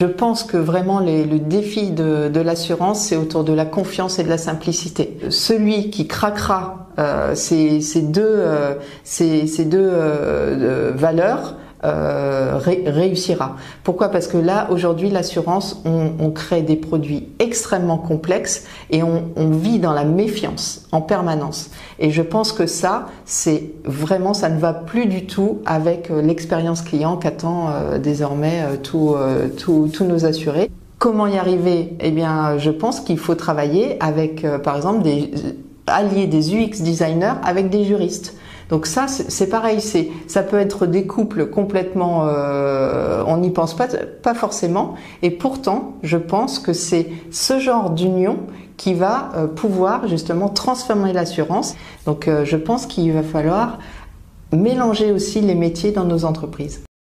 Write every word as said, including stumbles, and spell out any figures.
Je pense que vraiment les, le défi de, de l'assurance, c'est autour de la confiance et de la simplicité. Celui qui craquera euh, ces, ces deux, euh, ces, ces deux euh, valeurs euh, ré, réussira. Pourquoi? Parce que là, aujourd'hui, l'assurance, on, on crée des produits extrêmement complexes et on, on vit dans la méfiance en permanence. Et je pense que ça, c'est vraiment, ça ne va plus du tout avec l'expérience client qu'attend euh, désormais euh, tous euh, tout, tout nos assurés. Comment y arriver? Eh bien, je pense qu'il faut travailler avec, euh, par exemple, des allier des U X designers avec des juristes. Donc ça, c'est pareil, c'est ça peut être des couples complètement, euh, on n'y pense pas, pas forcément, et pourtant, je pense que c'est ce genre d'union qui va euh, pouvoir justement transformer l'assurance. Donc euh, je pense qu'il va falloir mélanger aussi les métiers dans nos entreprises.